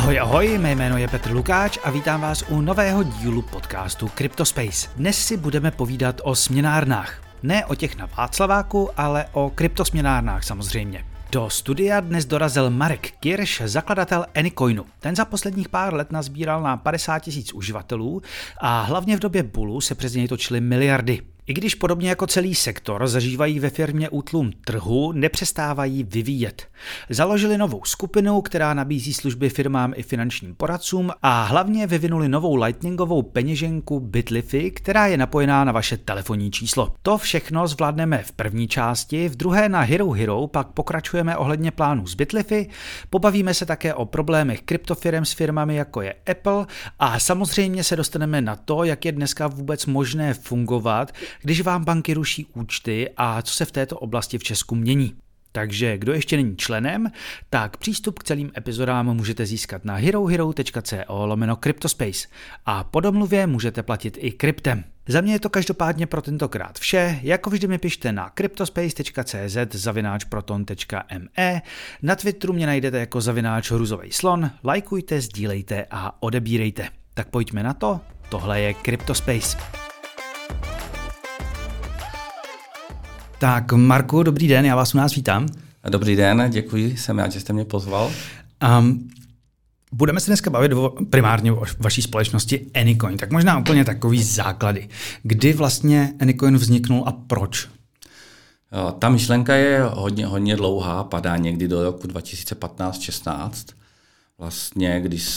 Ahoj, ahoj, mé jméno je Petr Lukáč a vítám vás u nového dílu podcastu CryptoSpace. Dnes si budeme povídat o směnárnách. Ne o těch na Václaváku, ale o kryptosměnárnách samozřejmě. Do studia dnes dorazil Marek Kirš, zakladatel Anycoinu. Ten za posledních pár let nazbíral na 50 000 uživatelů a hlavně v době bullu se přes něj točily miliardy. I když podobně jako celý sektor zažívají ve firmě útlum trhu, nepřestávají vyvíjet. Založili novou skupinu, která nabízí služby firmám i finančním poradcům a hlavně vyvinuli novou lightningovou peněženku Bitlify, která je napojená na vaše telefonní číslo. To všechno zvládneme v první části, v druhé na Hero Hero pak pokračujeme ohledně plánů z Bitlify, pobavíme se také o problémech kryptofirem s firmami jako je Apple a samozřejmě se dostaneme na to, jak je dneska vůbec možné fungovat, když vám banky ruší účty a co se v této oblasti v Česku mění. Takže kdo ještě není členem, tak přístup k celým epizodám můžete získat na herohero.co/CryptoSpace a po domluvě můžete platit i kryptem. Za mě je to každopádně pro tentokrát vše, jako vždy mi pište na cryptospace.cz/proton.me, na Twitteru mě najdete jako @hruzovejslon, lajkujte, sdílejte a odebírejte. Tak pojďme na to, tohle je CryptoSpace. Tak Marku, dobrý den, já vás u nás vítám. Dobrý den, děkuji, jsem rád, že jste mě pozval. Budeme se dneska bavit primárně o vaší společnosti Anycoin, tak možná úplně takový základy. Kdy vlastně Anycoin vzniknul a proč? Ta myšlenka je hodně dlouhá, padá někdy do roku 2015-16. Vlastně, když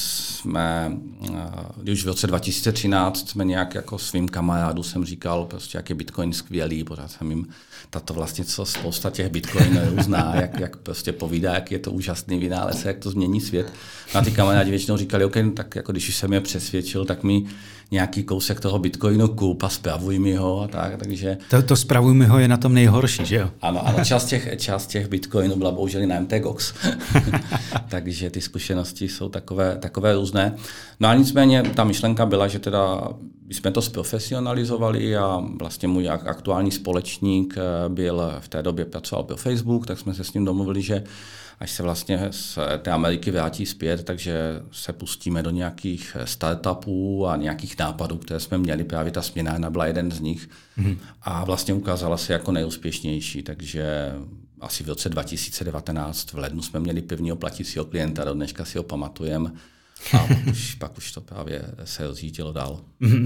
už v roce 2013 jsme nějak jako svým kamarádům jsem říkal, prostě jak je Bitcoin skvělý, pořád jsem jim tato vlastně spousta těch Bitcoinerů zná, jak prostě povídá, jak je to úžasný vynález, jak to změní svět. A ty kamarádi většinou říkali, OK, tak jako když už jsem je přesvědčil, tak mi nějaký kousek toho Bitcoinu kup a spravuj mi ho a tak, takže... To spravuj mi ho je na tom nejhorší, že jo? Ano, část těch Bitcoinů byla bohužel na MTGOX. Takže ty zkušenosti jsou takové různé. No a nicméně ta myšlenka byla, že teda jsme to zprofesionalizovali a vlastně můj aktuální společník v té době pracoval pro Facebook, tak jsme se s ním domluvili, že až se vlastně z té Ameriky vrátí zpět, takže se pustíme do nějakých startupů a nějakých nápadů, které jsme měli. Právě ta směnárna byla jeden z nich a vlastně ukázala se jako nejúspěšnější, takže asi v roce 2019 v lednu jsme měli prvního platícího klienta, do dneška si ho pamatujeme. A pak už to právě se rozjítilo dál.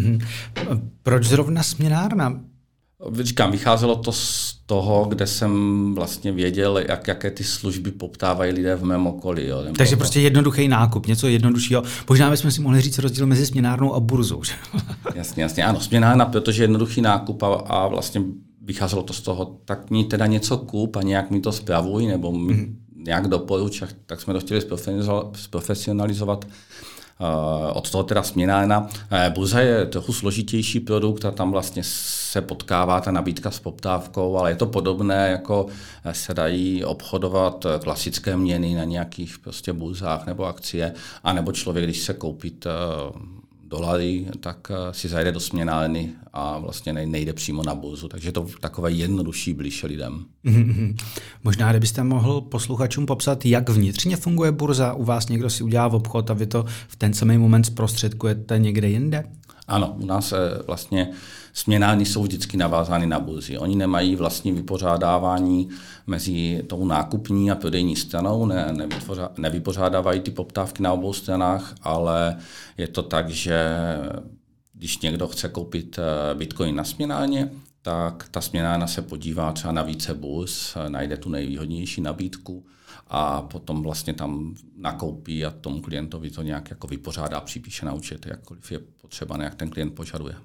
Proč zrovna směnárna? Říkám, vycházelo to z toho, kde jsem vlastně věděl, jaké ty služby poptávají lidé v mém okolí. Jo. Takže prostě jednoduchý nákup, něco jednoduššího. Možná bychom si mohli říct rozdíl mezi směnárnou a burzou. Jasně. Ano, směnárna, protože jednoduchý nákup a vlastně vycházelo to z toho, tak mi teda něco kup a nějak mi to spravuj, nebo mi nějak doporuč, tak jsme to chtěli zprofesionalizovat. Od toho teda směnárna. Burza je trochu složitější produkt a tam vlastně se potkává ta nabídka s poptávkou, ale je to podobné, jako se dají obchodovat klasické měny na nějakých prostě burzách nebo akcie, anebo člověk, když se koupit dolary, tak si zajde do směnárny a vlastně nejde přímo na burzu. Takže to takové jednodušší, blíže lidem. Možná, kdybyste mohl posluchačům popsat, jak vnitřně funguje burza. U vás někdo si udělá obchod a vy to v ten samý moment zprostředkujete někde jinde? Ano, u nás vlastně směnárny jsou vždycky navázány na burzy. Oni nemají vlastní vypořádávání mezi tou nákupní a prodejní stranou, nevypořádávají ty poptávky na obou stranách, ale je to tak, že když někdo chce koupit Bitcoin na směnárně, tak ta směnárna se podívá třeba na více burz, najde tu nejvýhodnější nabídku a potom vlastně tam nakoupí a tomu klientovi to nějak jako vypořádá, připíše na účet, jakkoliv je potřeba, jak ten klient požaduje.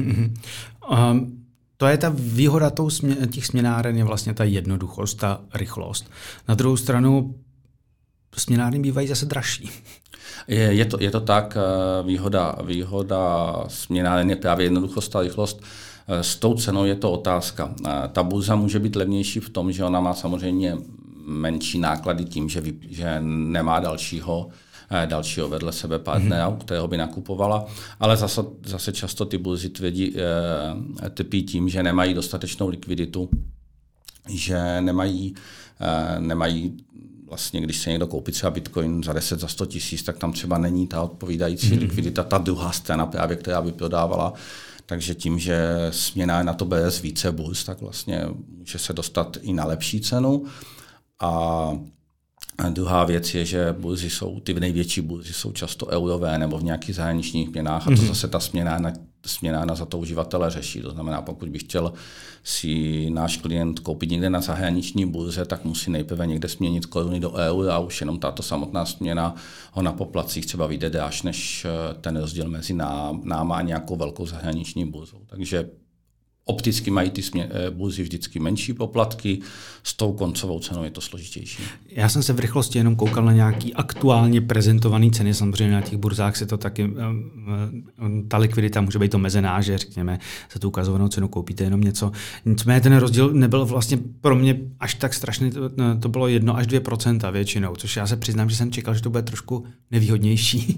To je ta výhoda těch směnáren, je vlastně ta jednoduchost, ta rychlost. Na druhou stranu směnárny bývají zase dražší. Je to tak, výhoda směnáren je právě jednoduchost a rychlost. S tou cenou je to otázka. Ta burza může být levnější v tom, že ona má samozřejmě menší náklady tím, že nemá dalšího vedle sebe partnera, kterého by nakupovala, ale zase často ty burzy trpí tím, že nemají dostatečnou likviditu, že nemají vlastně, když se někdo koupí třeba Bitcoin za 10, za 100 tisíc, tak tam třeba není ta odpovídající likvidita, ta druhá scéna právě, která by prodávala. Takže tím, že směna na to bere z více burz, tak vlastně může se dostat i na lepší cenu. A druhá věc je, že burzy jsou, ty největší burzy jsou často eurové nebo v nějakých zahraničních měnách a to zase ta směna za to uživatele řeší. To znamená, pokud by chtěl si náš klient koupit někde na zahraniční burze, tak musí nejprve někde směnit koruny do eur a už jenom tato samotná směna ho na poplatcích třeba vyjde dráž než ten rozdíl mezi náma a nějakou velkou zahraniční burzou. Takže opticky mají ty burzy vždycky menší poplatky, s tou koncovou cenou je to složitější. Já jsem se v rychlosti jenom koukal na nějaký aktuálně prezentované ceny, samozřejmě na těch burzách se to taky, ta likvidita může být omezená, že řekněme, za tu ukazovanou cenu koupíte jenom něco. Nicméně ten rozdíl nebyl vlastně pro mě až tak strašný, to bylo 1 až 2% většinou, což já se přiznám, že jsem čekal, že to bude trošku nevýhodnější.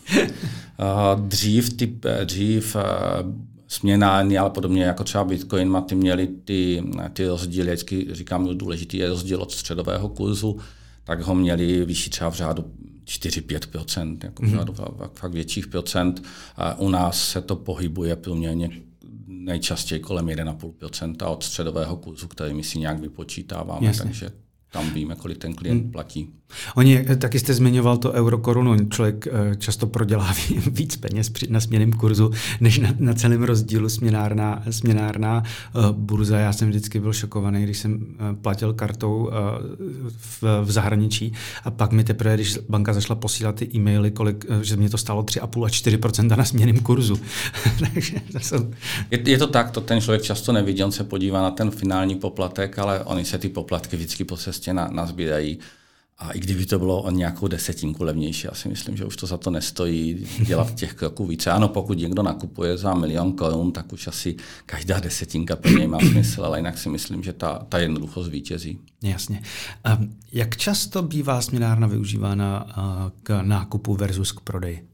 Dřív směnárny, ale podobně jako třeba Bitcoin, ty měly ty rozdíly, vždycky říkám, že důležitý je rozdíl od středového kurzu, tak ho měli vyšší třeba v řádu 4-5%, jako v řádu fakt větších procent. A u nás se to pohybuje průměrně nejčastěji kolem 1,5% od středového kurzu, který my si nějak vypočítáváme, jasně. Takže tam víme, kolik ten klient platí. Taky jste zmiňoval to euro-korunu. Člověk často prodělá víc peněz na směnném kurzu, než na celém rozdílu směnárná burza. Já jsem vždycky byl šokovaný, když jsem platil kartou v zahraničí a pak mi teprve, když banka zašla posílat ty e-maily, že mě to stálo 3,5 až 4% na směnném kurzu. Takže je to tak, to ten člověk často nevidí, on se podívá na ten finální poplatek, ale oni se ty poplatky vždycky po cestě nazbírají. A i kdyby to bylo o nějakou desetinku levnější, já si myslím, že už to za to nestojí dělat těch kroků více. Ano, pokud někdo nakupuje za 1 000 000 korun, tak už asi každá desetinka pro něj má smysl, ale jinak si myslím, že ta jednoduchost vítězí. Jasně. Jak často bývá směnárna využívána k nákupu versus k prodeji?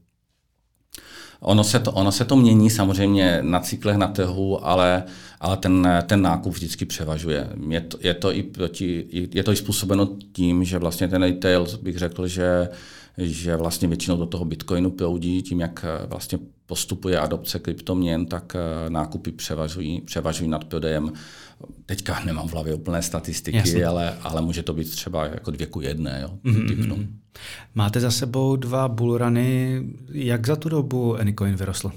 Ono se to mění samozřejmě na cyklech na trhu, ale ten nákup vždycky převažuje. Je to i způsobeno tím, že vlastně ten retail, bych řekl, že vlastně většinou do toho Bitcoinu proudí, tím, jak vlastně postupuje adopce kryptoměn, tak nákupy převažují nad prodejem. Teďka nemám v hlavě úplné statistiky, ale může to být třeba jako 2:1, jo, typnu. Máte za sebou 2 bullruny. Jak za tu dobu Anycoin vyrostl?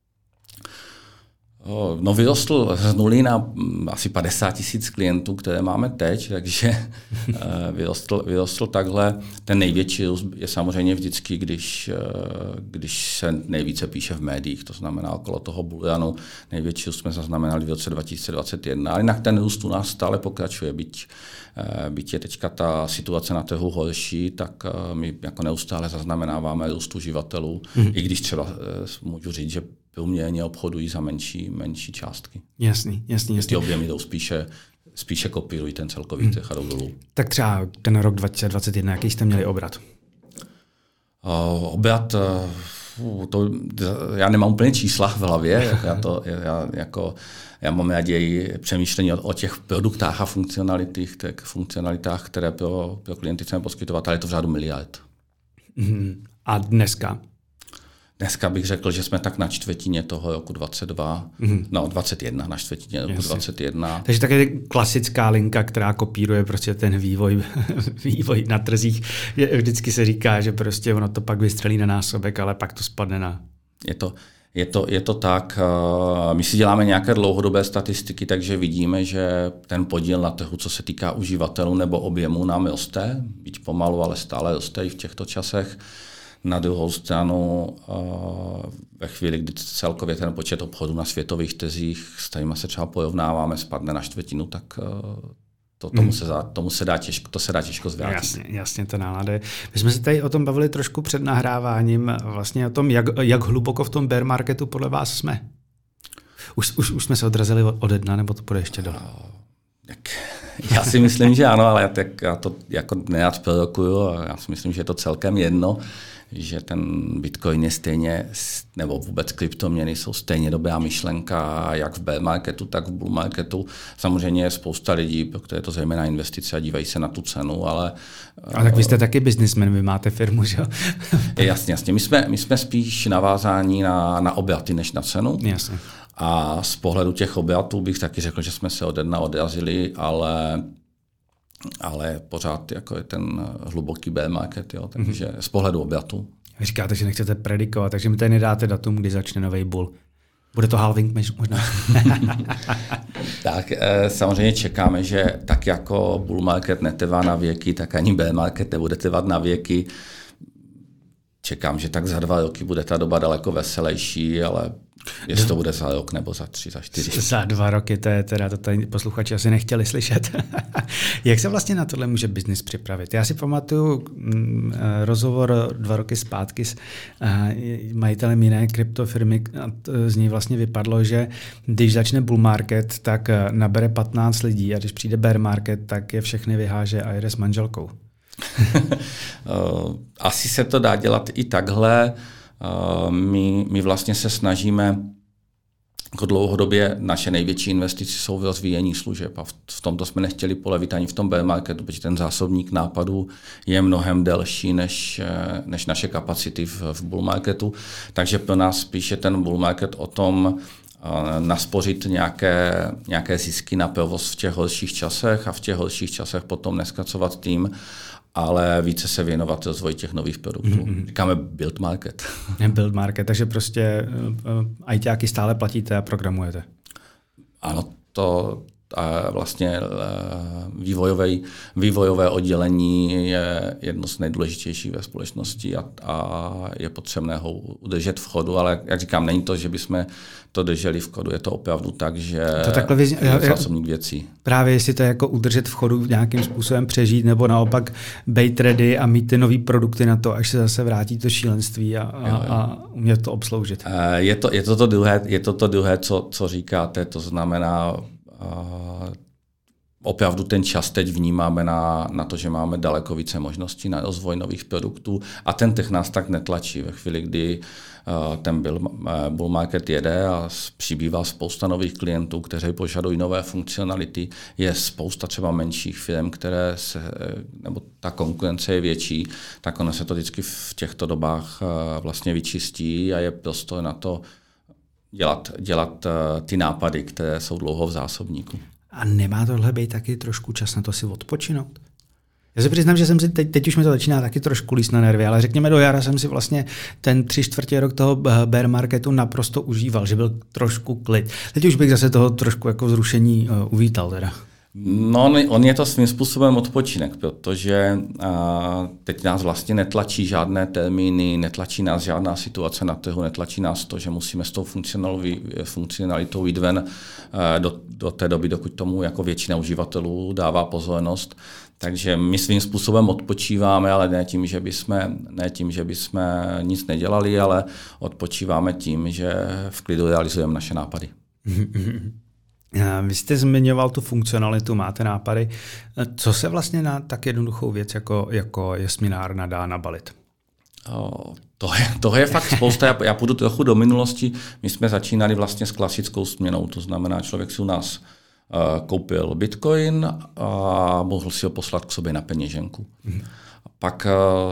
No vyrostl z nuly na asi 50 000 klientů, které máme teď, takže vyrostl takhle. Ten největší růst je samozřejmě vždycky, když se nejvíce píše v médiích, to znamená okolo toho bullrunu. Největší růst jsme zaznamenali v roce 2021, ale jinak ten růst u nás stále pokračuje, byť je teďka ta situace na trhu horší, tak my jako neustále zaznamenáváme růst uživatelů, i když třeba můžu říct, že průměrně obchodují za menší částky. Jasný. Ty objemy jdou spíše kopírují ten celkový trh a jdou dolů. Tak třeba ten rok 2021, jaký jste měli obrat? Obrat, já nemám úplně čísla v hlavě, já mám raději přemýšlení o těch produktách a funkcionalitách, které pro klienty chceme poskytovat, ale je to v řádu miliard. A dneska? Dneska bych řekl, že jsme tak na čtvrtině toho roku 22, 21, na čtvrtině roku 21. Takže také klasická linka, která kopíruje prostě ten vývoj na trzích. Vždycky se říká, že prostě ono to pak vystřelí na násobek, ale pak to spadne na... Je to tak. My si děláme nějaké dlouhodobé statistiky, takže vidíme, že ten podíl na trhu, co se týká uživatelů nebo objemu, nám roste. Byť pomalu, ale stále roste i v těchto časech. Na druhou stranu ve chvíli, kdy celkově ten počet obchodů na světových trzích, s kterými se třeba porovnáváme, spadne na čtvrtinu, tak tomu se dá těžko zvrátit. Jasně, to nálada. My jsme se tady o tom bavili trošku před nahráváním, vlastně o tom, jak hluboko v tom bear marketu podle vás jsme. Už jsme se odrazili od dna, nebo to půjde ještě dole? Já si myslím, že ano, ale já to jako nerad prorokuju a já si myslím, že je to celkem jedno, že ten Bitcoin je stejně, nebo vůbec kryptoměny jsou stejně dobrá myšlenka, jak v bear marketu, tak v bull marketu. Samozřejmě je spousta lidí, protože je to zejména investice a dívají se na tu cenu, ale... A tak vy jste taky businessman, vy máte firmu, že jo? Jasně. My jsme spíš navázáni na obraty než na cenu. Jasně. A z pohledu těch obratů bych taky řekl, že jsme se ode dna odrazili, ale pořád jako je ten hluboký bear market, jo, takže z pohledu obratu. Vy říkáte, že nechcete predikovat, takže mi tady nedáte datum, kdy začne nový bull. Bude to halving možná? Tak samozřejmě čekáme, že tak jako bull market netrvá na věky, tak ani bear market nebude trvat na věky. Čekám, že tak za 2 roky bude ta doba daleko veselější, ale jestli to bude za rok nebo za 3, za 4. Za 2 roky, to je teda, to tady posluchači asi nechtěli slyšet. Jak se vlastně na tohle může biznis připravit? Já si pamatuju rozhovor 2 roky zpátky s majitelem jiné kryptofirmy a z ní vlastně vypadlo, že když začne bull market, tak nabere 15 lidí a když přijde bear market, tak je všechny vyháže a jede s manželkou. Asi se to dá dělat i takhle. My vlastně se snažíme, jako dlouhodobě naše největší investice jsou v rozvíjení služeb a v tomto jsme nechtěli polevit ani v tom bear marketu, protože ten zásobník nápadů je mnohem delší než naše kapacity v bull marketu. Takže pro nás spíše ten bull market o tom naspořit nějaké zisky na provoz v těch horších časech a v těch horších časech potom neskacovat tým, ale více se věnovat rozvoji těch nových produktů. Říkáme build market. Build market, takže prostě ajťáky stále platíte a programujete. Ano, to vlastně vývojové oddělení je jedno z nejdůležitějších ve společnosti a je potřebné ho udržet v chodu, ale jak říkám, není to, že bychom to drželi v chodu, je to opravdu tak, že je zásobník věcí. Právě jestli to je jako udržet v chodu, nějakým způsobem přežít, nebo naopak být ready a mít ty nový produkty na to, až se zase vrátí to šílenství a umět to obsloužit. Je to to druhé, co říkáte, to znamená opravdu ten čas teď vnímáme na to, že máme daleko více možností na rozvoj nových produktů a ten trh nás tak netlačí. Ve chvíli, kdy ten bull market jede a přibývá spousta nových klientů, kteří požadují nové funkcionality, je spousta třeba menších firm, nebo ta konkurence je větší, tak ono se to vždycky v těchto dobách vlastně vyčistí a je prostor na to dělat ty nápady, které jsou dlouho v zásobníku. A nemá tohle být taky trošku čas na to si odpočinout? Já se přiznám, že jsem si teď už mi to začíná taky trošku líst na nervy, ale řekněme do jara jsem si vlastně ten 3/4 rok toho bear marketu naprosto užíval, že byl trošku klid. Teď už bych zase toho trošku jako zrušení uvítal teda. No, on je to svým způsobem odpočinek, protože teď nás vlastně netlačí žádné termíny, netlačí nás žádná situace na trhu, netlačí nás to, že musíme s tou funkcionalitou jít ven do té doby, dokud tomu jako většina uživatelů dává pozornost. Takže my svým způsobem odpočíváme, ale ne tím, že bychom nic nedělali, ale odpočíváme tím, že v klidu realizujeme naše nápady. Vy jste zmiňoval tu funkcionalitu, máte nápady. Co se vlastně na tak jednoduchou věc, jako je směnárna, dá nabalit? Toho je fakt spousta. Já půjdu trochu do minulosti. My jsme začínali vlastně s klasickou směnou, to znamená, člověk si u nás koupil Bitcoin a mohl si ho poslat k sobě na peněženku. A pak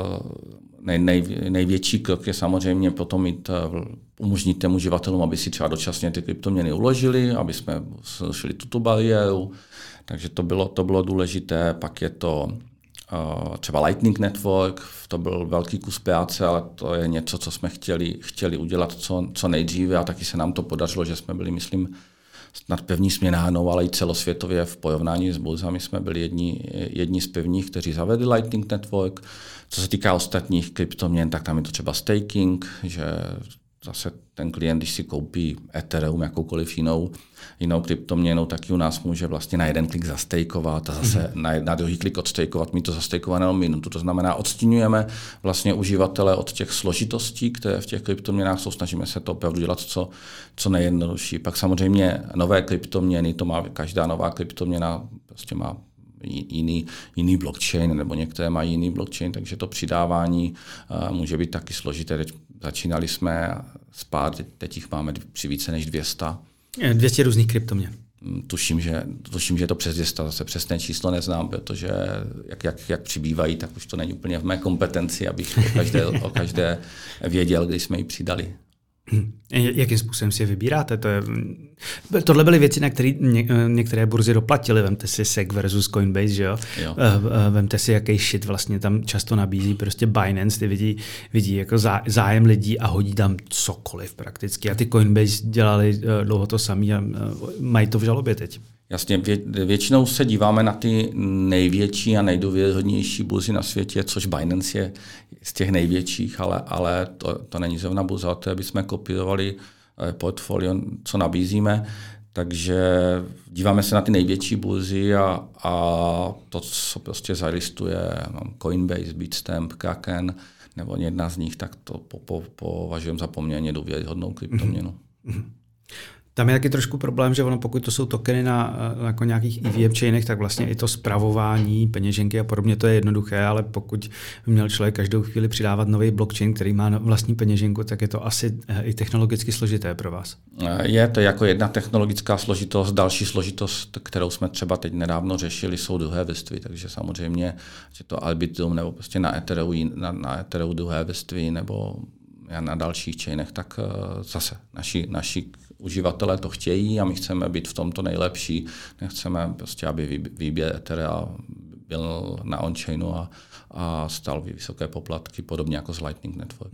největší krok je samozřejmě potom umožnit těm uživatelům, aby si třeba dočasně ty kryptoměny uložili, aby jsme zrušili tuto bariéru. Takže to bylo důležité. Pak je to třeba Lightning Network, to byl velký kus práce, ale to je něco, co jsme chtěli udělat co nejdříve a taky se nám to podařilo, že jsme byli, myslím, snad první směnárnou, ale i celosvětově v porovnání s burzami jsme byli jedni z prvních, kteří zavedli Lightning Network. Co se týká ostatních kryptoměn, tak tam je to třeba staking, že zase ten klient, když si koupí Ethereum, jakoukoliv jinou kryptoměnu, tak ji u nás může vlastně na jeden klik zastejkovat a zase na druhý klik odstejkovat, mít to zastejkované na minutu. To znamená, odstínujeme vlastně uživatele od těch složitostí, které v těch kryptoměnách jsou, snažíme se to opravdu dělat co nejjednodušší. Pak samozřejmě nové kryptoměny, každá nová kryptoměna prostě má jiný blockchain, nebo některé mají jiný blockchain, takže to přidávání může být taky složité. Teď začínali jsme s pár, teď jich máme při více než 200. 200 různých kryptoměn. Tuším, že je to přes 200, zase přesné číslo neznám, protože jak přibývají, tak už to není úplně v mé kompetenci, abych o každé věděl, když jsme ji přidali. Jakým způsobem si je vybíráte? Tohle byly věci, na které některé burzy doplatily. Vemte si SEC versus Coinbase, že jo? Vemte si, jaký shit vlastně tam často nabízí prostě Binance, ty vidí jako zájem lidí a hodí tam cokoliv prakticky. A ty Coinbase dělali dlouho to samý a mají to v žalobě teď. Jasně, většinou se díváme na ty největší a nejdůvěryhodnější burzy na světě, což Binance je z těch největších, ale to není zrovna burza, to aby jsme kopírovali portfolio, co nabízíme. Takže díváme se na ty největší burzy a to, co prostě zalistuje Coinbase, Bitstamp, Kraken nebo jedna z nich, tak to považujeme za poměrně důvěryhodnou kryptoměnu. Tam je taky trošku problém, že pokud to jsou tokeny na jako nějakých EVM chainech, tak vlastně i to spravování, peněženky a podobně, to je jednoduché, ale pokud by měl člověk každou chvíli přidávat nový blockchain, který má vlastní peněženku, tak je to asi i technologicky složité pro vás. Je to jako jedna technologická složitost, další složitost, kterou jsme třeba teď nedávno řešili, jsou druhé vrstvy, takže samozřejmě, že to Arbitrum nebo prostě na Ethereum druhé vrstvy nebo na dalších chainech, tak zase naši uživatelé to chtějí a my chceme být v tomto nejlepší. Nechceme prostě, aby výběr Etherea byl na on-chainu a stal vysoké poplatky, podobně jako z Lightning Network.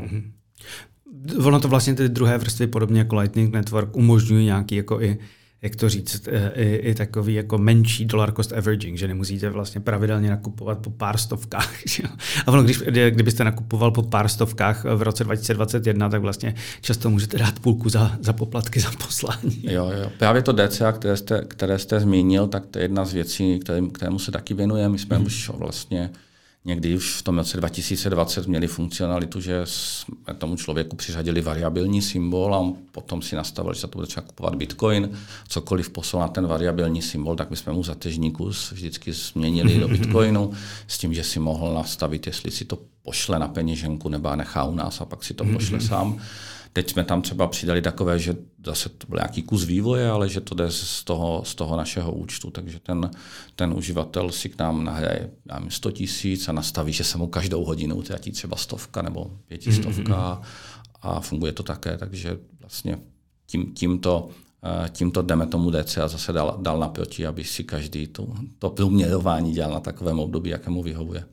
Ono to vlastně ty druhé vrstvy, podobně jako Lightning Network, umožňují nějaký jako i, jak to říct, i takový jako menší dollar cost averaging, že nemusíte vlastně pravidelně nakupovat po pár stovkách. Že? A ono, kdybyste nakupoval po pár stovkách v roce 2021, tak vlastně často můžete dát půlku za poplatky za poslání. Jo. Právě to DCA, které jste zmínil, tak to je jedna z věcí, kterému se taky věnujeme. My jsme už vlastně někdy už v tom roce 2020 měli funkcionalitu, že jsme tomu člověku přiřadili variabilní symbol a on potom si nastavil, že se to bude třeba kupovat Bitcoin, cokoliv poslal na ten variabilní symbol, tak my jsme mu za tržní kurz vždycky změnili do Bitcoinu s tím, že si mohl nastavit, jestli si to pošle na peněženku nebo nechá u nás a pak si to pošle sám. Teď jsme tam třeba přidali takové, že zase to byl nějaký kus vývoje, ale že to jde z toho našeho účtu, takže ten uživatel si k nám nahraje 100 000 a nastaví, že se mu každou hodinu utratí třeba 100 nebo 500 a funguje to také, takže vlastně tímto jdeme tomu DCA zase dal naproti, aby si každý to průměrování dělal na takovém období, jakému vyhovuje.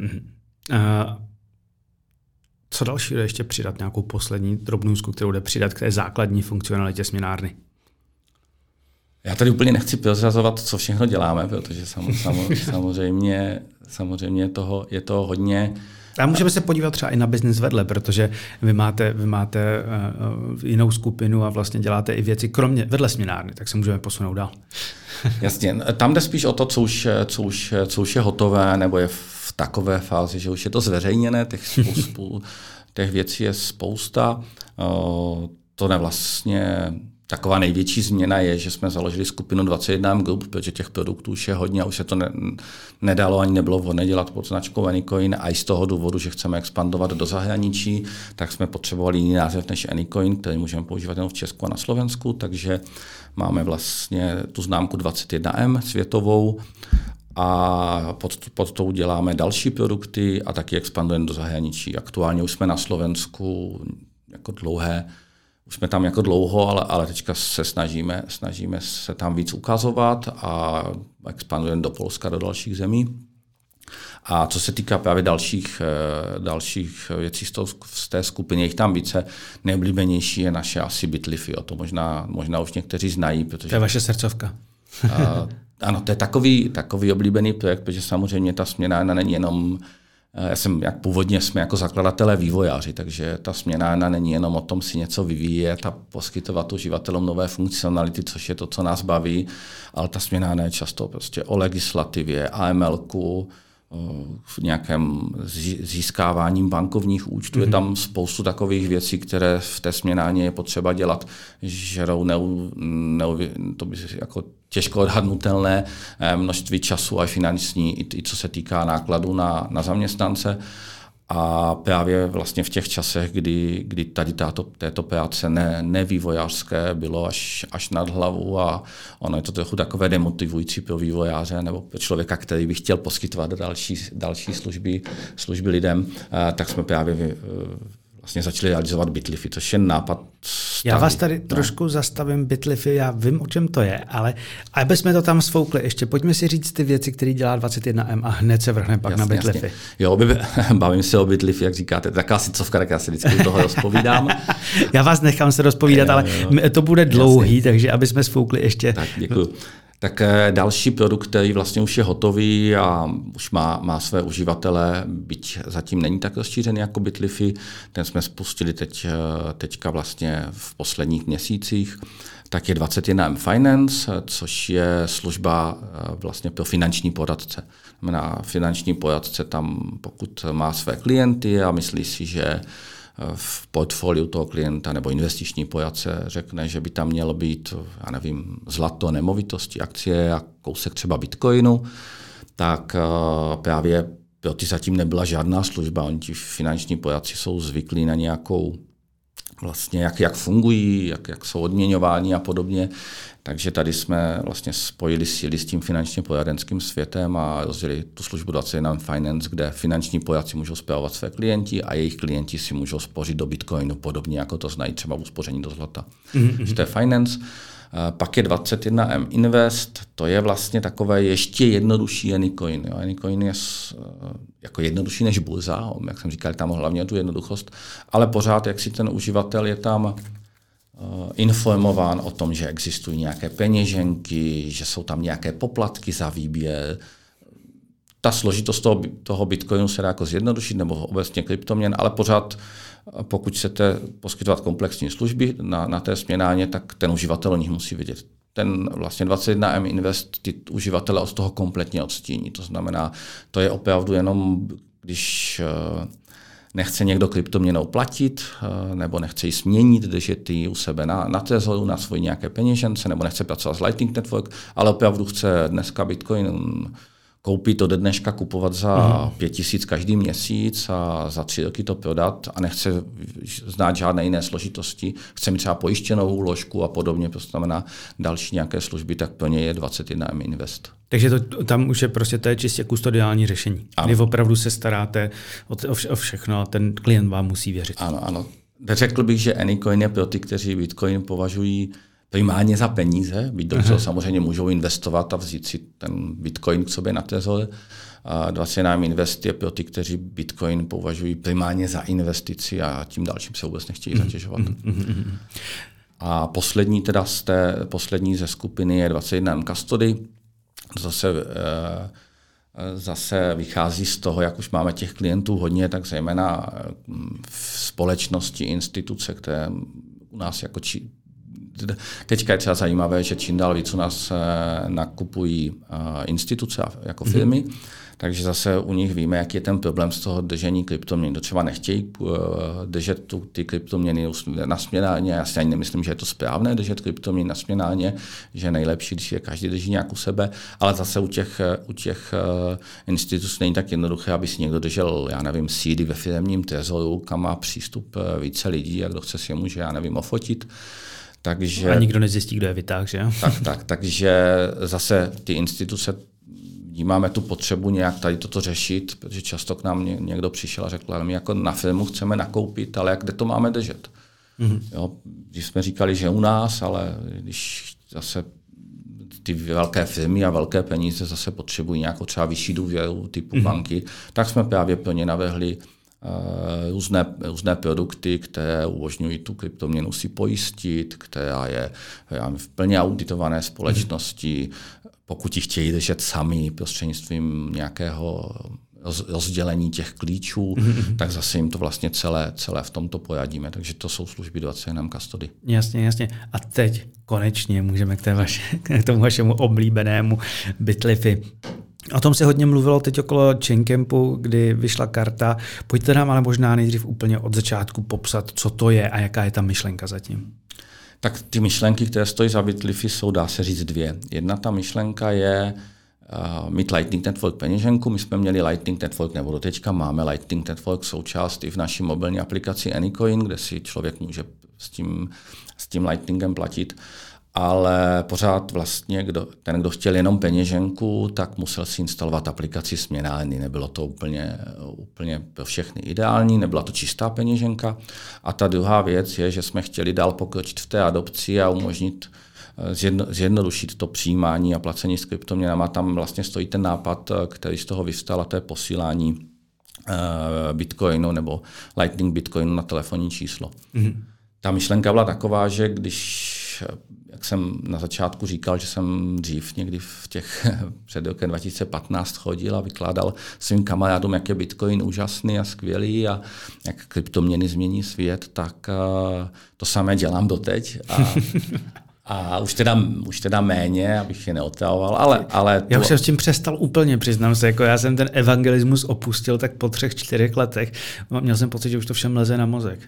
Co další jde ještě přidat, nějakou poslední drobnůstku, kterou jde přidat k té základní funkcionalitě směnárny? Já tady úplně nechci prozrazovat, co všechno děláme, protože samozřejmě je to hodně. A můžeme se podívat třeba i na biznis vedle, protože vy máte jinou skupinu a vlastně děláte i věci vedle směnárny, tak se můžeme posunout dál. Jasně, tam jde spíš o to, co už je hotové, nebo je v takové fázi, že už je to zveřejněné, těch věcí je spousta. To ne vlastně taková největší změna je, že jsme založili skupinu 21M Group, protože těch produktů už je hodně a už se to nedalo ani nebylo vhodné dělat pod značkou Anycoin a i z toho důvodu, že chceme expandovat do zahraničí, tak jsme potřebovali jiný název než Anycoin, který můžeme používat jen v Česku a na Slovensku, takže máme vlastně tu známku 21M světovou a pod tou děláme další produkty a taky expandujeme do zahraničí. Aktuálně už jsme na Slovensku už jsme tam jako dlouho, ale teďka se snažíme se tam víc ukazovat a expandujeme do Polska, do dalších zemí. A co se týká právě dalších věcí z té skupiny, jich tam více. Nejoblíbenější je naše asi Bitlify. To možná už někteří znají. Protože, to je vaše srdcovka. Ano, to je takový oblíbený projekt, protože samozřejmě ta směnárna není jenom původně jsme jako zakladatelé vývojáři, takže ta směnárna není jenom o tom si něco vyvíjet a poskytovat uživatelům nové funkcionality, což je to, co nás baví, ale ta směnárna je často prostě o legislativě, AML-ku, v nějakém získáváním bankovních účtů. Je tam spoustu takových věcí, které v té směnárně je potřeba dělat, žerou to by jako těžko odhadnutelné množství času a finanční, i co se týká nákladů na zaměstnance. A právě vlastně v těch časech, kdy tady této práce nevývojářské bylo až nad hlavu a ono je to trochu takové demotivující pro vývojáře nebo pro člověka, který by chtěl poskytovat další služby lidem, tak jsme právě vlastně začali realizovat Bitlify, což je nápad starý. Já vás tady trošku zastavím, Bitlify, já vím, o čem to je, ale aby jsme to tam sfoukli, ještě pojďme si říct ty věci, které dělá 21M a hned se vrhneme pak na Bitlify. Jasně. Jo, bavím se o Bitlify, jak říkáte, taková sicovka, tak já si vždycky toho rozpovídám. Já vás nechám se rozpovídat, ale to bude dlouhý, takže aby jsme sfoukli ještě. Tak, děkuji. Tak další produkt, který vlastně už je hotový a už má své uživatele, byť zatím není tak rozšířený jako Bitlify, ten jsme spustili teďka vlastně v posledních měsících, tak je 21M Finance, což je služba vlastně pro finanční poradce. Znamená, finanční poradce tam, pokud má své klienty a myslí si, že v portfoliu toho klienta nebo investiční poradce řekne, že by tam mělo být, já nevím, zlato, nemovitosti, akcie a kousek třeba bitcoinu, tak právě pro ty zatím nebyla žádná služba. Oni ti finanční poradci jsou zvyklí na nějakou vlastně jak fungují, jak jsou odměňováni a podobně. Takže tady jsme vlastně spojili síly s tím finančně poradenským světem a rozdělili tu službu 21M Finance, kde finanční poradci můžou spravovat své klienti a jejich klienti si můžou spořit do bitcoinu, podobně jako to znají třeba v uspoření do zlata. Mm-hmm. To je Finance. Pak je 21M Invest, to je vlastně takové ještě jednodušší Anycoin. Anycoin je jako jednodušší než burza, jak jsem říkal, tam hlavně tu jednoduchost, ale pořád, jak si ten uživatel je tam informován o tom, že existují nějaké peněženky, že jsou tam nějaké poplatky za výběr. Ta složitost toho bitcoinu se dá jako zjednodušit, nebo obecně kryptoměn, ale pořád, pokud chcete poskytovat komplexní služby na té směnárně, tak ten uživatel o nich musí vědět. Ten vlastně 21M Invest ty uživatele od toho kompletně odstíní. To znamená, to je opravdu jenom, když nechce někdo kryptoměnou platit, nebo nechce ji směnit, držet ji u sebe na Trezoru, na svoji nějaké peněžence, nebo nechce pracovat s Lightning Network, ale opravdu chce dneska Bitcoin koupit ode dneška, kupovat za 5 000 každý měsíc a za 3 roky to prodat a nechce znát žádné jiné složitosti, chce mít třeba pojištěnou úložku a podobně, to znamená další nějaké služby, tak pro ně je 21M Invest. Takže tam už je prostě to je čistě kustodiální řešení, kdy opravdu se staráte o všechno a ten klient vám musí věřit. Ano. Řekl bych, že Anycoin je pro ty, kteří Bitcoin považují primárně za peníze, byť do toho samozřejmě můžou investovat a vzít si ten Bitcoin k sobě na Trezor. 21M Invest je pro ty, kteří Bitcoin považují primárně za investici a tím dalším se vůbec nechtějí zatěžovat. A poslední ze skupiny je 21M Custody. Zase vychází z toho, jak už máme těch klientů hodně, tak zejména v společnosti, instituce, které u nás jako teďka je třeba zajímavé, že čím dál víc u nás nakupují instituce jako firmy, takže zase u nich víme, jaký je ten problém z toho držení kryptoměn. To třeba nechtějí držet ty kryptoměny na směnárně. Já si ani nemyslím, že je to správné držet kryptoměny na směnárně, že je nejlepší, když je každý drží nějak u sebe, ale zase u těch institucí není tak jednoduché, aby si někdo držel, já nevím, seedy ve firemním trezoru, kam má přístup více lidí a kdo chce si je může, já nevím, ofotit. Takže, a nikdo nezjistí, kdo je vytáhl, že jo? Takže zase ty instituce vnímáme tu potřebu nějak tady toto řešit, protože často k nám někdo přišel a řekl, ale my jako na firmu chceme nakoupit, ale kde to máme držet? Jo, když jsme říkali, že u nás, ale když zase ty velké firmy a velké peníze zase potřebují nějakou třeba vyšší důvěru typu banky, tak jsme právě pro ně navrhli různé produkty, které umožňují tu kryptoměnu si pojistit, která je v plně auditované společnosti, pokud ji chtějí držet sami prostřednictvím nějakého rozdělení těch klíčů, tak zase jim to vlastně celé v tomto poradíme. Takže to jsou služby 21M Custody. Jasně. A teď konečně můžeme k tomu vašemu oblíbenému Bitlify. O tom se hodně mluvilo teď okolo Chaincampu, kdy vyšla karta. Pojďte nám ale možná nejdřív úplně od začátku popsat, co to je a jaká je ta myšlenka zatím. Tak ty myšlenky, které stojí za Bitlify, jsou, dá se říct, dvě. Jedna ta myšlenka je mít Lightning Network peněženku. My jsme měli Lightning Network, nebo doteďka máme Lightning Network součást i v naší mobilní aplikaci Anycoin, kde si člověk může s tím Lightningem platit. Ale pořád vlastně kdo chtěl jenom peněženku, tak musel si instalovat aplikaci směnárny. Nebylo to úplně pro všechny ideální, nebyla to čistá peněženka. A ta druhá věc je, že jsme chtěli dál pokročit v té adopci a umožnit zjednodušit to přijímání a placení s kryptoměnama. Tam vlastně stojí ten nápad, který z toho vyvstal, a to je posílání Bitcoinu nebo Lightning Bitcoinu na telefonní číslo. Mm-hmm. Ta myšlenka byla taková, že jak jsem na začátku říkal, že jsem dřív někdy před rokem 2015 chodil a vykládal svým kamarádům, jak je Bitcoin úžasný a skvělý a jak kryptoměny změní svět, tak to samé dělám doteď. A už teda méně, abych je neotavoval, ale já už jsem s tím přestal úplně, přiznám se, jako já jsem ten evangelismus opustil tak po 3-4 letech. Měl jsem pocit, že už to všem leze na mozek.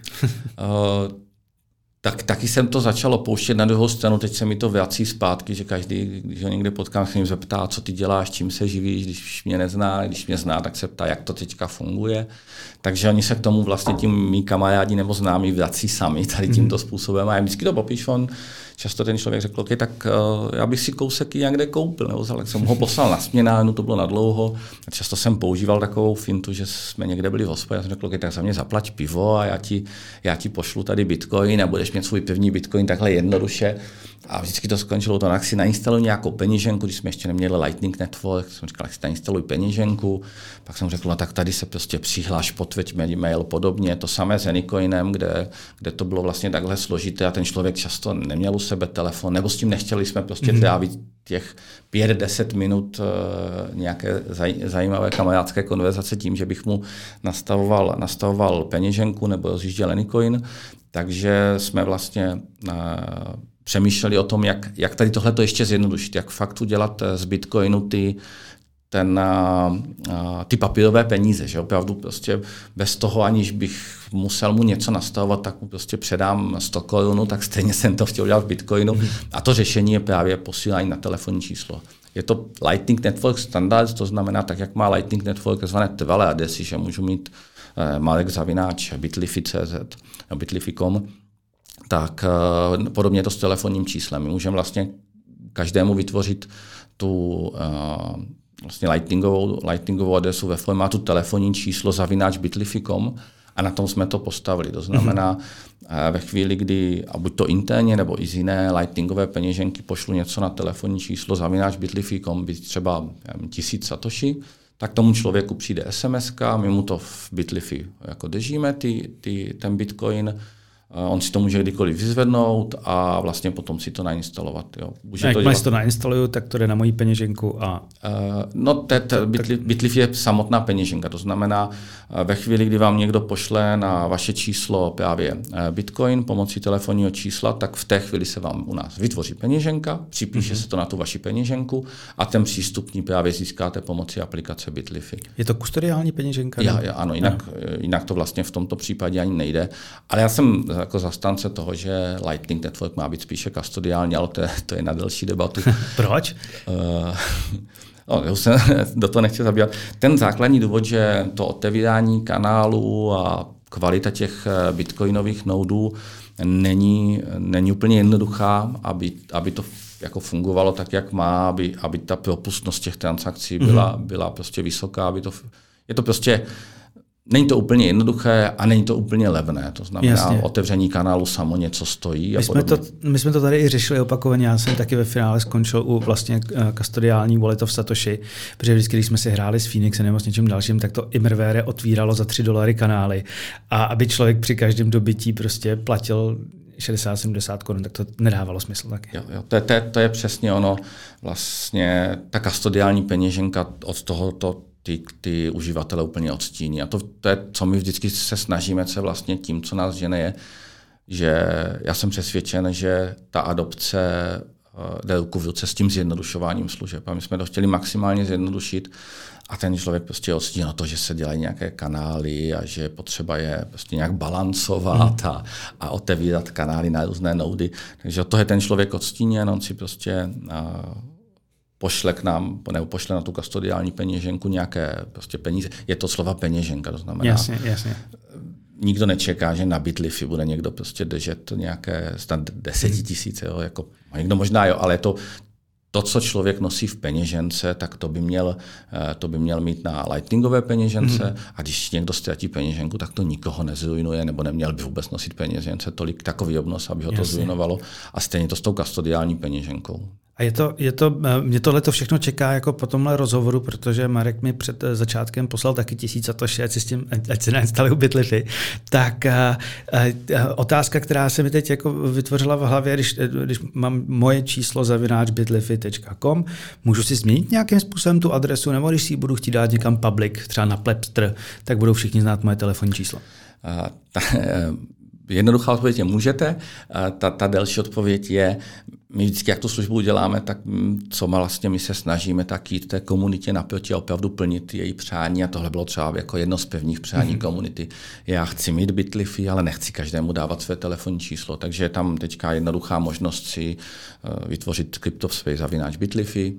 Taky jsem to začal opouštět. Na druhou stranu, teď se mi to vrací zpátky, že každý, když ho někde potkám, se mě zeptá, co ty děláš, čím se živíš, když mě nezná, když mě zná, tak se ptá, jak to teďka funguje. Takže oni se k tomu vlastně tím mý kamarádi nebo známí vrací sami tady tímto způsobem. A já vždycky to popíšu, často ten člověk řekl, OK, tak já bych si kousek někde koupil, nebo tak jsem ho poslal na směnárnu, to bylo nadlouho. A často jsem používal takovou fintu, že jsme někde byli v hospodě, já jsem řekl, OK, tak za mě zaplať pivo a já ti pošlu tady Bitcoin a budeš mít svůj první Bitcoin takhle jednoduše. A vždycky to skončilo to, tak si nainstaluj nějakou peněženku, když jsme ještě neměli Lightning Network, jsem říkal, tak si nainstaluj peněženku. Pak jsem řekl, no tak tady se prostě přihláš, potvrď mail, podobně. To samé s Anycoinem, kde to bylo vlastně takhle složité a ten člověk často neměl u sebe telefon, nebo s tím nechtěli jsme prostě trávit těch 5-10 minut nějaké zajímavé kamarádské konverzace tím, že bych mu nastavoval peněženku nebo rozjížděl Anycoin. Takže jsme vlastně přemýšleli o tom, jak tady tohleto ještě zjednodušit, jak fakt udělat z Bitcoinu ty papírové peníze, že opravdu prostě bez toho, aniž bych musel mu něco nastavovat, tak mu prostě předám 100 korun, tak stejně jsem to chtěl udělat v Bitcoinu. A to řešení je právě posílání na telefonní číslo. Je to Lightning Network standard, to znamená, tak jak má Lightning Network takzvané trvalé adresy, že můžu mít marek@bitlify.cz nebo bitlify.com, tak podobně je to s telefonním číslem. My můžeme vlastně každému vytvořit tu vlastně lightningovou adresu ve formátu telefonní číslo @bitlify.com a na tom jsme to postavili. To znamená, ve chvíli, kdy, a buď to interně nebo i z jiné lightningové peněženky pošlu něco na telefonní číslo @bitlify.com, třeba 1000 satoshi, tak tomu člověku přijde SMS-ka, my mu to v Bitlify jako držíme, ten Bitcoin, on si to může kdykoliv vyzvednout a vlastně potom si to nainstalovat. Jo. Jakmile si to nainstaluju, tak to jde na moji peněženku a... Bitlify je samotná peněženka, to znamená, ve chvíli, kdy vám někdo pošle na vaše číslo právě Bitcoin pomocí telefonního čísla, tak v té chvíli se vám u nás vytvoří peněženka, připíše se to na tu vaši peněženku a ten přístupní právě získáte pomocí aplikace Bitlify. Je to kustodiální peněženka? Ano, jinak to vlastně v tomto případě ani nejde. Ale já jsem jako zastánce toho, že Lightning Network má být spíše kustodiální, ale to je na delší debatu. Proč? Já jsem do toho nechtěl zabývat. Ten základní důvod, že to otevírání kanálu a kvalita těch bitcoinových nodů není úplně jednoduchá, aby to jako fungovalo tak, jak má, aby ta propustnost těch transakcí byla prostě vysoká, je to prostě. Není to úplně jednoduché a není to úplně levné. To znamená, otevření kanálu samo něco stojí. My jsme to tady i řešili opakovaně. Já jsem taky ve finále skončil u vlastně kustodiální wallet of Satoshi, protože vždycky, když jsme si hráli s Phoenixem nebo s něčím dalším, tak to Immerware otvíralo za $3 kanály. A aby člověk při každém dobytí prostě platil 60-70 korun, tak to nedávalo smysl taky. Jo, to je přesně ono. Vlastně ta kustodiální peněženka od tohoto ty uživatele úplně odstíní. A to je, co my vždycky se snažíme, co vlastně tím, co nás žene, je, že já jsem přesvědčen, že ta adopce jde ruku v ruce s tím zjednodušováním služeb. A my jsme to chtěli maximálně zjednodušit a ten člověk prostě odstíní na to, že se dělají nějaké kanály a že potřeba je prostě nějak balancovat a otevírat kanály na různé noudy. Takže to je ten člověk odstíněn, on si prostě pošle k nám, nebo pošle na tu kastodiální peněženku nějaké prostě peníze. Je to slova peněženka, to znamená... Jasně. Nikdo nečeká, že na Bitlify bude někdo prostě držet nějaké 10 000, jako někdo možná jo, ale to, co člověk nosí v peněžence, tak to by měl mít na lightningové peněžence a když někdo ztratí peněženku, tak to nikoho nezrujnuje, nebo neměl by vůbec nosit peněžence tolik takový obnos, aby ho to zrujnovalo a stejně to s tou kastodiální peněženkou. A mě tohle to všechno čeká jako po tomhle rozhovoru, protože Marek mi před začátkem poslal taky 1000 satoshi, ať si nainstaluju Bitlify. Tak otázka, která se mi teď jako vytvořila v hlavě, když mám moje číslo @bitlify.com, můžu si změnit nějakým způsobem tu adresu, nebo když si ji budu chtít dát někam public, třeba na Plebster, tak budou všichni znát moje telefonní číslo. Jednoduchá odpověď je můžete. Ta delší odpověď je, my vždycky, jak tu službu uděláme, tak co vlastně my se snažíme, tak jít té komunitě naproti a opravdu plnit její přání. A tohle bylo třeba jako jedno z pevných přání komunity. Já chci mít Bitlify, ale nechci každému dávat své telefonní číslo. Takže je tam teďka jednoduchá možnost si vytvořit CryptoSpace @Bitlify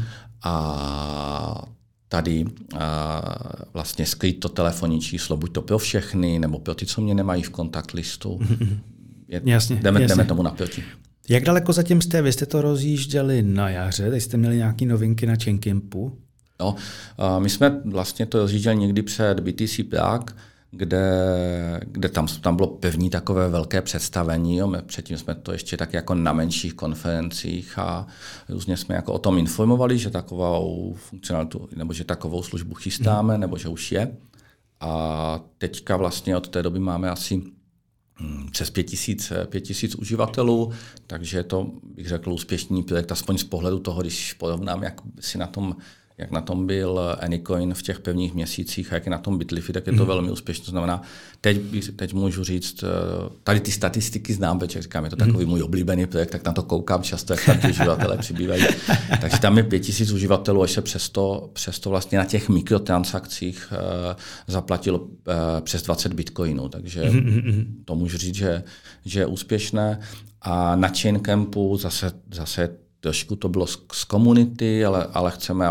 a tady vlastně skrýt to telefonní číslo, buď to pro všechny, nebo pro ty, co mě nemají v kontakt listu. Jasně. Jdeme tomu naproti. Jak daleko zatím jste? Vy jste to rozjížděli na jaře, teď jste měli nějaké novinky na Chaincampu? No, my jsme vlastně to rozjížděli někdy před BTC Prague, kde tam bylo pevný takové velké představení. Jo. Předtím jsme to ještě tak jako na menších konferencích a různě jsme jako o tom informovali, že takovou funkcionalitu, nebo že takovou službu chystáme, nebo že už je. A teďka vlastně od té doby máme asi přes 5000 uživatelů, takže je to, bych řekl, úspěšný projekt, aspoň z pohledu toho, když porovnám, jak na tom byl Anycoin v těch pevných měsících a jak je na tom Bitlify, tak je to velmi úspěšné. To znamená, teď můžu říct, tady ty statistiky znám, protože říkám, je to takový můj oblíbený projekt, tak na to koukám často, jak tam ty uživatelé přibývají. Takže tam je 5000 uživatelů, až se přesto vlastně na těch mikrotransakcích zaplatilo přes 20 bitcoinů. Takže to můžu říct, že je úspěšné. A na Chaincampu zase trošku to bylo z komunity, ale chceme,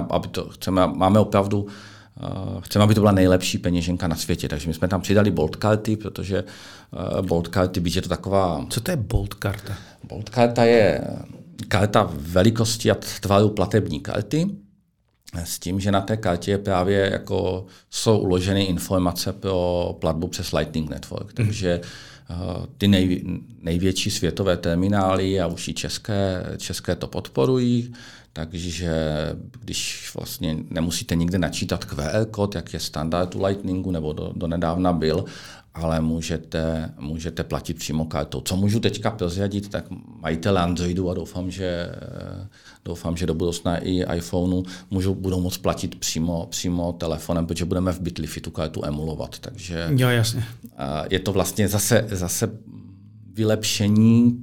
aby to byla nejlepší peněženka na světě. Takže my jsme tam přidali Bolt karty, protože Bolt karty, byť je to taková... Co to je Bolt karta? Bolt karta je karta velikosti a tvaru platební karty, s tím, že na té kartě je právě jako jsou uloženy informace pro platbu přes Lightning Network. Takže ty největší světové terminály a už i české to podporují, takže když vlastně nemusíte nikde načítat QR kód, jak je standard u Lightningu nebo do nedávna byl, ale můžete platit přímo kartou. Co můžu teďka prozradit, tak majitele Androidu a doufám, že do budoucna i iPhoneu budou moct platit přímo telefonem, protože budeme v Bitlify tu kartu emulovat. Takže jo, jasně. Je to vlastně zase vylepšení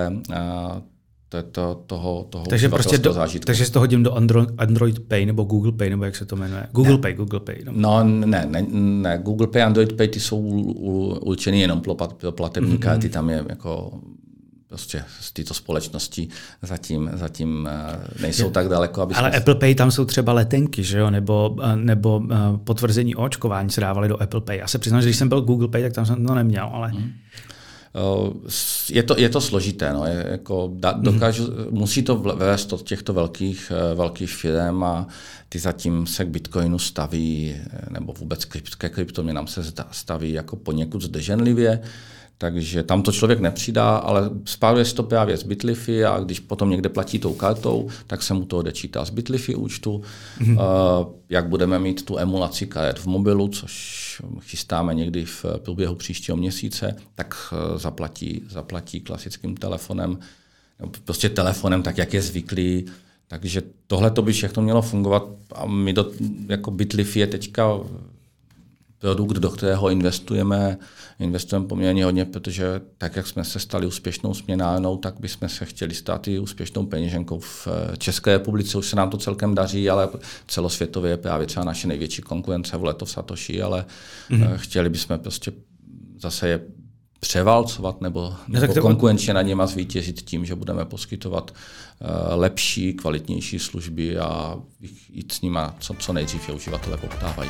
toho takže prostě zážitku. Takže si to hodím do Android Pay nebo Google Pay, nebo jak se to jmenuje? Google Pay. No ne. Google Pay, Android Pay, ty jsou určený jenom pro platební karty, tam je jako prostě z této společnosti zatím nejsou tak daleko. Ale Apple Pay, tam jsou třeba letenky, že jo? Nebo potvrzení o očkování se dávaly do Apple Pay. Já se přiznám, že když jsem byl Google Pay, tak tam jsem to neměl, ale... Je to složité, no. Musí to vést od těchto velkých firm a ty zatím se k Bitcoinu staví, nebo vůbec ke kryptoměnám se staví jako poněkud zdrženlivě, takže tam to člověk nepřidá, ale spáruje si to právě z Bitlify a když potom někde platí tou kartou, tak se mu to odečítá z Bitlify účtu. Jak budeme mít tu emulaci karet v mobilu, což chystáme někdy v průběhu příštího měsíce, tak zaplatí klasickým telefonem, prostě telefonem, tak jak je zvyklý. Takže tohle to by všechno mělo fungovat a my jako Bitlify je teďka produkt, do kterého investujeme poměrně hodně, protože tak, jak jsme se stali úspěšnou směnárnou, tak bychom se chtěli stát i úspěšnou peněženkou. V České republice už se nám to celkem daří, ale celosvětově je právě třeba naše největší konkurence Vleto v Satoshi, ale chtěli bychom prostě zase je převálcovat nebo konkurenčně nad něma zvítězit tím, že budeme poskytovat lepší, kvalitnější služby a jít s nima co nejdřív je uživatelé poptávají.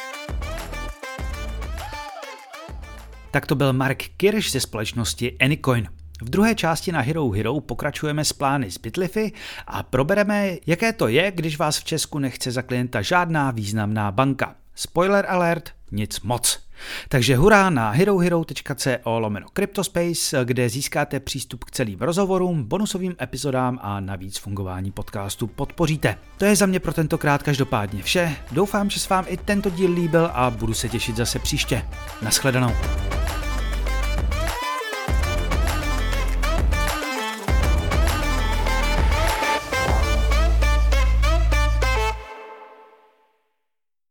Tak to byl Mark Kirsch ze společnosti Anycoin. V druhé části na Hero Hero pokračujeme s plány z Bitlify a probereme, jaké to je, když vás v Česku nechce za klienta žádná významná banka. Spoiler alert, nic moc. Takže hurá na herohero.co/cryptospace, kde získáte přístup k celým rozhovorům, bonusovým epizodám a navíc fungování podcastu podpoříte. To je za mě pro tentokrát každopádně vše. Doufám, že se vám i tento díl líbil a budu se těšit zase příště. Naschledanou.